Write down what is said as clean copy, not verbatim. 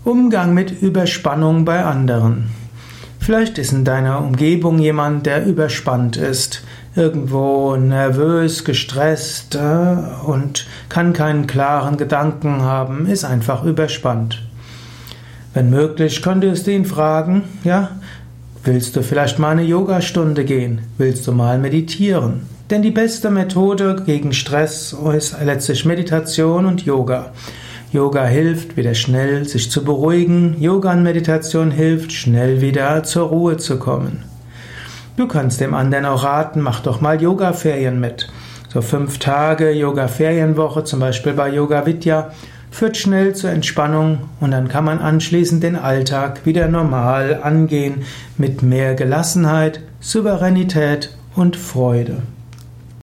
Umgang mit Überspannung bei anderen. Vielleicht ist in deiner Umgebung jemand, der überspannt ist, irgendwo nervös, gestresst und kann keinen klaren Gedanken haben, ist einfach überspannt. Wenn möglich, könntest du ihn fragen, ja, willst du vielleicht mal eine Yogastunde gehen? Willst du mal meditieren? Denn die beste Methode gegen Stress ist letztlich Meditation und Yoga. Yoga hilft, wieder schnell sich zu beruhigen. Yoga und Meditation hilft, schnell wieder zur Ruhe zu kommen. Du kannst dem anderen auch raten, mach doch mal Yoga-Ferien mit. So 5 Tage Yoga-Ferienwoche, zum Beispiel bei Yoga Vidya, führt schnell zur Entspannung und dann kann man anschließend den Alltag wieder normal angehen mit mehr Gelassenheit, Souveränität und Freude.